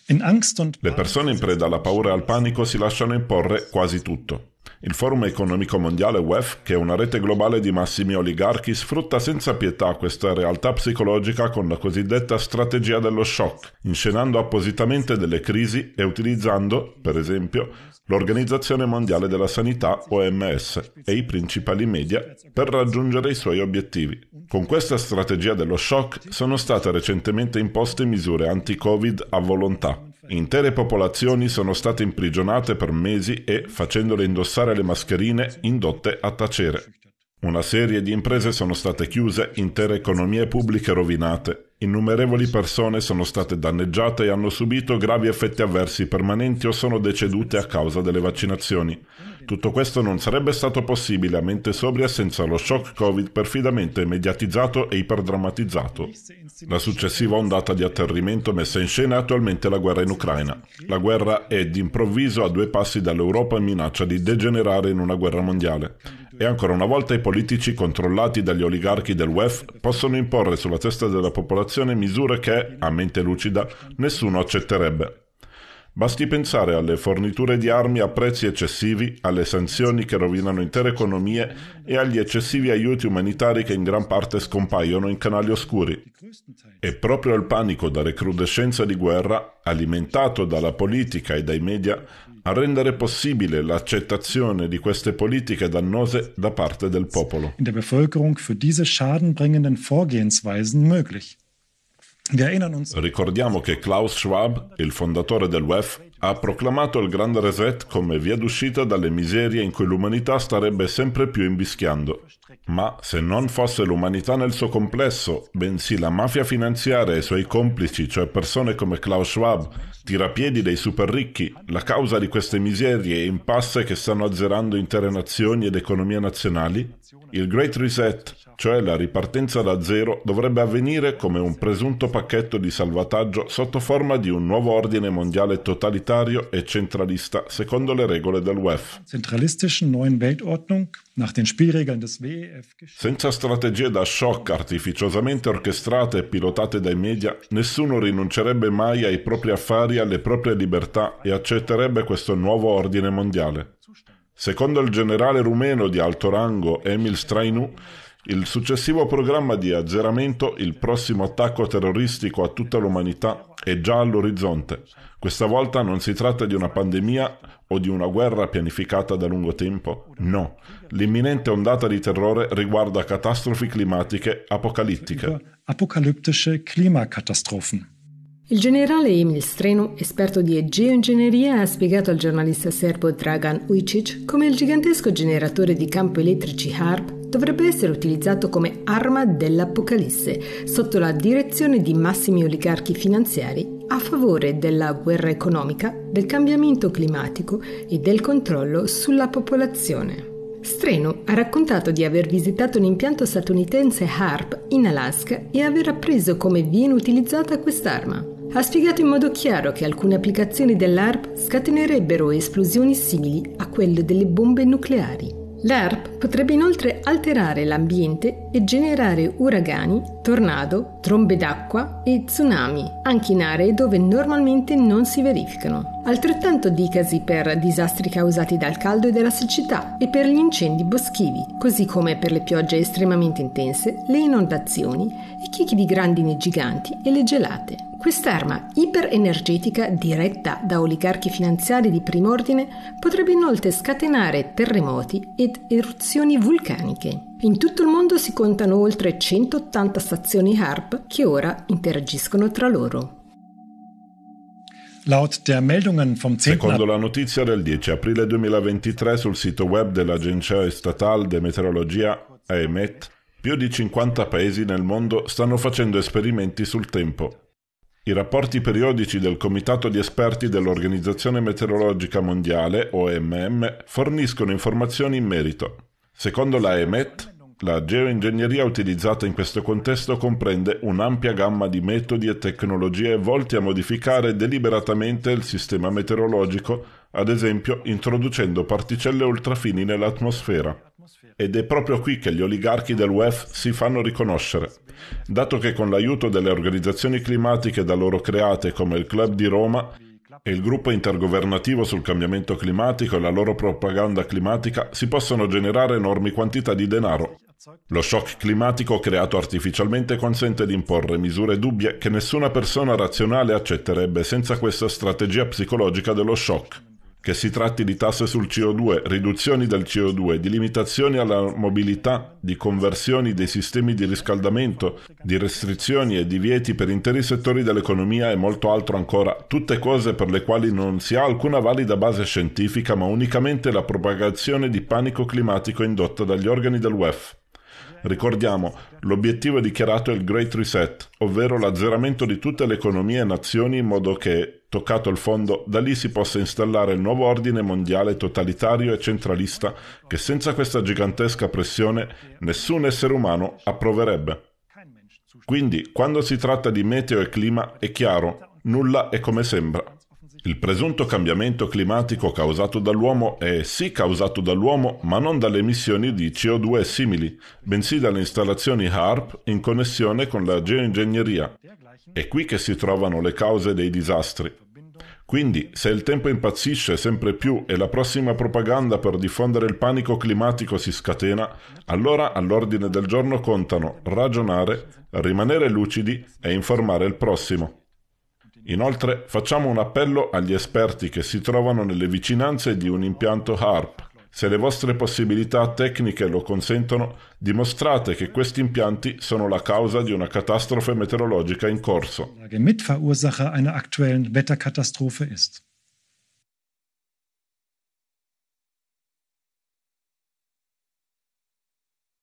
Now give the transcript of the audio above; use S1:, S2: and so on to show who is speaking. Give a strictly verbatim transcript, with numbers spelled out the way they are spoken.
S1: Le persone in preda alla paura e al panico si lasciano imporre quasi tutto. Il Forum Economico Mondiale U E F, che è una rete globale di massimi oligarchi, sfrutta senza pietà questa realtà psicologica con la cosiddetta strategia dello shock, inscenando appositamente delle crisi e utilizzando, per esempio, l'Organizzazione Mondiale della Sanità O M S e i principali media per raggiungere i suoi obiettivi. Con questa strategia dello shock sono state recentemente imposte misure anti-Covid a volontà. Intere popolazioni sono state imprigionate per mesi e, facendole indossare le mascherine, indotte a tacere. Una serie di imprese sono state chiuse, intere economie pubbliche rovinate. Innumerevoli persone sono state danneggiate e hanno subito gravi effetti avversi permanenti o sono decedute a causa delle vaccinazioni. Tutto questo non sarebbe stato possibile a mente sobria senza lo shock Covid perfidamente mediatizzato e iperdrammatizzato. La successiva ondata di atterrimento messa in scena è attualmente la guerra in Ucraina. La guerra è d'improvviso a due passi dall'Europa e minaccia di degenerare in una guerra mondiale. E ancora una volta i politici controllati dagli oligarchi del U E F possono imporre sulla testa della popolazione misure che, a mente lucida, nessuno accetterebbe. Basti pensare alle forniture di armi a prezzi eccessivi, alle sanzioni che rovinano intere economie e agli eccessivi aiuti umanitari che in gran parte scompaiono in canali oscuri. È proprio il panico da recrudescenza di guerra, alimentato dalla politica e dai media, a rendere possibile l'accettazione di queste politiche dannose da parte del popolo.
S2: In der Bevölkerung für diese schadenbringenden Vorgehensweisen möglich.
S1: Ricordiamo che Klaus Schwab, il fondatore del U E F, ha proclamato il Grand Reset come via d'uscita dalle miserie in cui l'umanità starebbe sempre più imbischiando. Ma se non fosse l'umanità nel suo complesso, bensì la mafia finanziaria e i suoi complici, cioè persone come Klaus Schwab, tirapiedi dei super ricchi, la causa di queste miserie e impasse che stanno azzerando intere nazioni ed economie nazionali, il Great Reset, cioè la ripartenza da zero, dovrebbe avvenire come un presunto pacchetto di salvataggio sotto forma di un nuovo ordine mondiale totalitario e centralista secondo le regole del U E F.
S2: Zentralistischen neuen Weltordnung nach den Spielregeln des W E F.
S1: Senza strategie da shock artificiosamente orchestrate e pilotate dai media, nessuno rinuncerebbe mai ai propri affari, alle proprie libertà e accetterebbe questo nuovo ordine mondiale. Secondo il generale rumeno di alto rango Emil Strainu, il successivo programma di azzeramento, il prossimo attacco terroristico a tutta l'umanità, è già all'orizzonte. Questa volta non si tratta di una pandemia o di una guerra pianificata da lungo tempo. No, l'imminente ondata di terrore riguarda catastrofi climatiche apocalittiche.
S2: Apocalyptische Klimakatastrophen.
S3: Il generale Emil Strainu, esperto di geoingegneria, ha spiegato al giornalista serbo Dragan Ujcic come il gigantesco generatore di campo elettrici HARP dovrebbe essere utilizzato come arma dell'Apocalisse sotto la direzione di massimi oligarchi finanziari a favore della guerra economica, del cambiamento climatico e del controllo sulla popolazione. Strainu ha raccontato di aver visitato un impianto statunitense HARP in Alaska e aver appreso come viene utilizzata quest'arma. Ha spiegato in modo chiaro che alcune applicazioni dell'HARP scatenerebbero esplosioni simili a quelle delle bombe nucleari. L'HARP potrebbe inoltre alterare l'ambiente e generare uragani, tornado, trombe d'acqua e tsunami, anche in aree dove normalmente non si verificano. Altrettanto dicasi per disastri causati dal caldo e dalla siccità e per gli incendi boschivi, così come per le piogge estremamente intense, le inondazioni, i chicchi di grandine giganti e le gelate. Quest'arma iperenergetica diretta da oligarchi finanziari di prim'ordine potrebbe inoltre scatenare terremoti ed eruzioni vulcaniche. In tutto il mondo si contano oltre centottanta stazioni HARP che ora interagiscono tra loro.
S2: Laut der Meldungen vom
S1: Secondo la notizia del dieci aprile duemilaventitré sul sito web dell'Agenzia Estatal de Meteorologia A E M E T, più di cinquanta paesi nel mondo stanno facendo esperimenti sul tempo. I rapporti periodici del Comitato di Esperti dell'Organizzazione Meteorologica Mondiale, O M M, forniscono informazioni in merito. Secondo la A E M E T, la geoingegneria utilizzata in questo contesto comprende un'ampia gamma di metodi e tecnologie volti a modificare deliberatamente il sistema meteorologico, ad esempio introducendo particelle ultrafini nell'atmosfera. Ed è proprio qui che gli oligarchi del U E F si fanno riconoscere, dato che con l'aiuto delle organizzazioni climatiche da loro create come il Club di Roma e il gruppo intergovernativo sul cambiamento climatico e la loro propaganda climatica si possono generare enormi quantità di denaro. Lo shock climatico creato artificialmente consente di imporre misure dubbie che nessuna persona razionale accetterebbe senza questa strategia psicologica dello shock. Che si tratti di tasse sul C O due, riduzioni del C O due, di limitazioni alla mobilità, di conversioni dei sistemi di riscaldamento, di restrizioni e divieti per interi settori dell'economia e molto altro ancora, tutte cose per le quali non si ha alcuna valida base scientifica ma unicamente la propagazione di panico climatico indotta dagli organi del U E F. Ricordiamo, l'obiettivo dichiarato è il Great Reset, ovvero l'azzeramento di tutte le economie e nazioni in modo che, toccato il fondo, da lì si possa installare il nuovo ordine mondiale totalitario e centralista che senza questa gigantesca pressione nessun essere umano approverebbe. Quindi, quando si tratta di meteo e clima, è chiaro, nulla è come sembra. Il presunto cambiamento climatico causato dall'uomo è sì causato dall'uomo, ma non dalle emissioni di C O due e simili, bensì dalle installazioni HAARP in connessione con la geoingegneria. È qui che si trovano le cause dei disastri. Quindi, se il tempo impazzisce sempre più e la prossima propaganda per diffondere il panico climatico si scatena, allora all'ordine del giorno contano ragionare, rimanere lucidi e informare il prossimo. Inoltre facciamo un appello agli esperti che si trovano nelle vicinanze di un impianto HAARP. Se le vostre possibilità tecniche lo consentono, dimostrate che questi impianti sono la causa di una catastrofe meteorologica in corso.
S2: Mitverursacher einer aktuellen Wetterkatastrophe ist.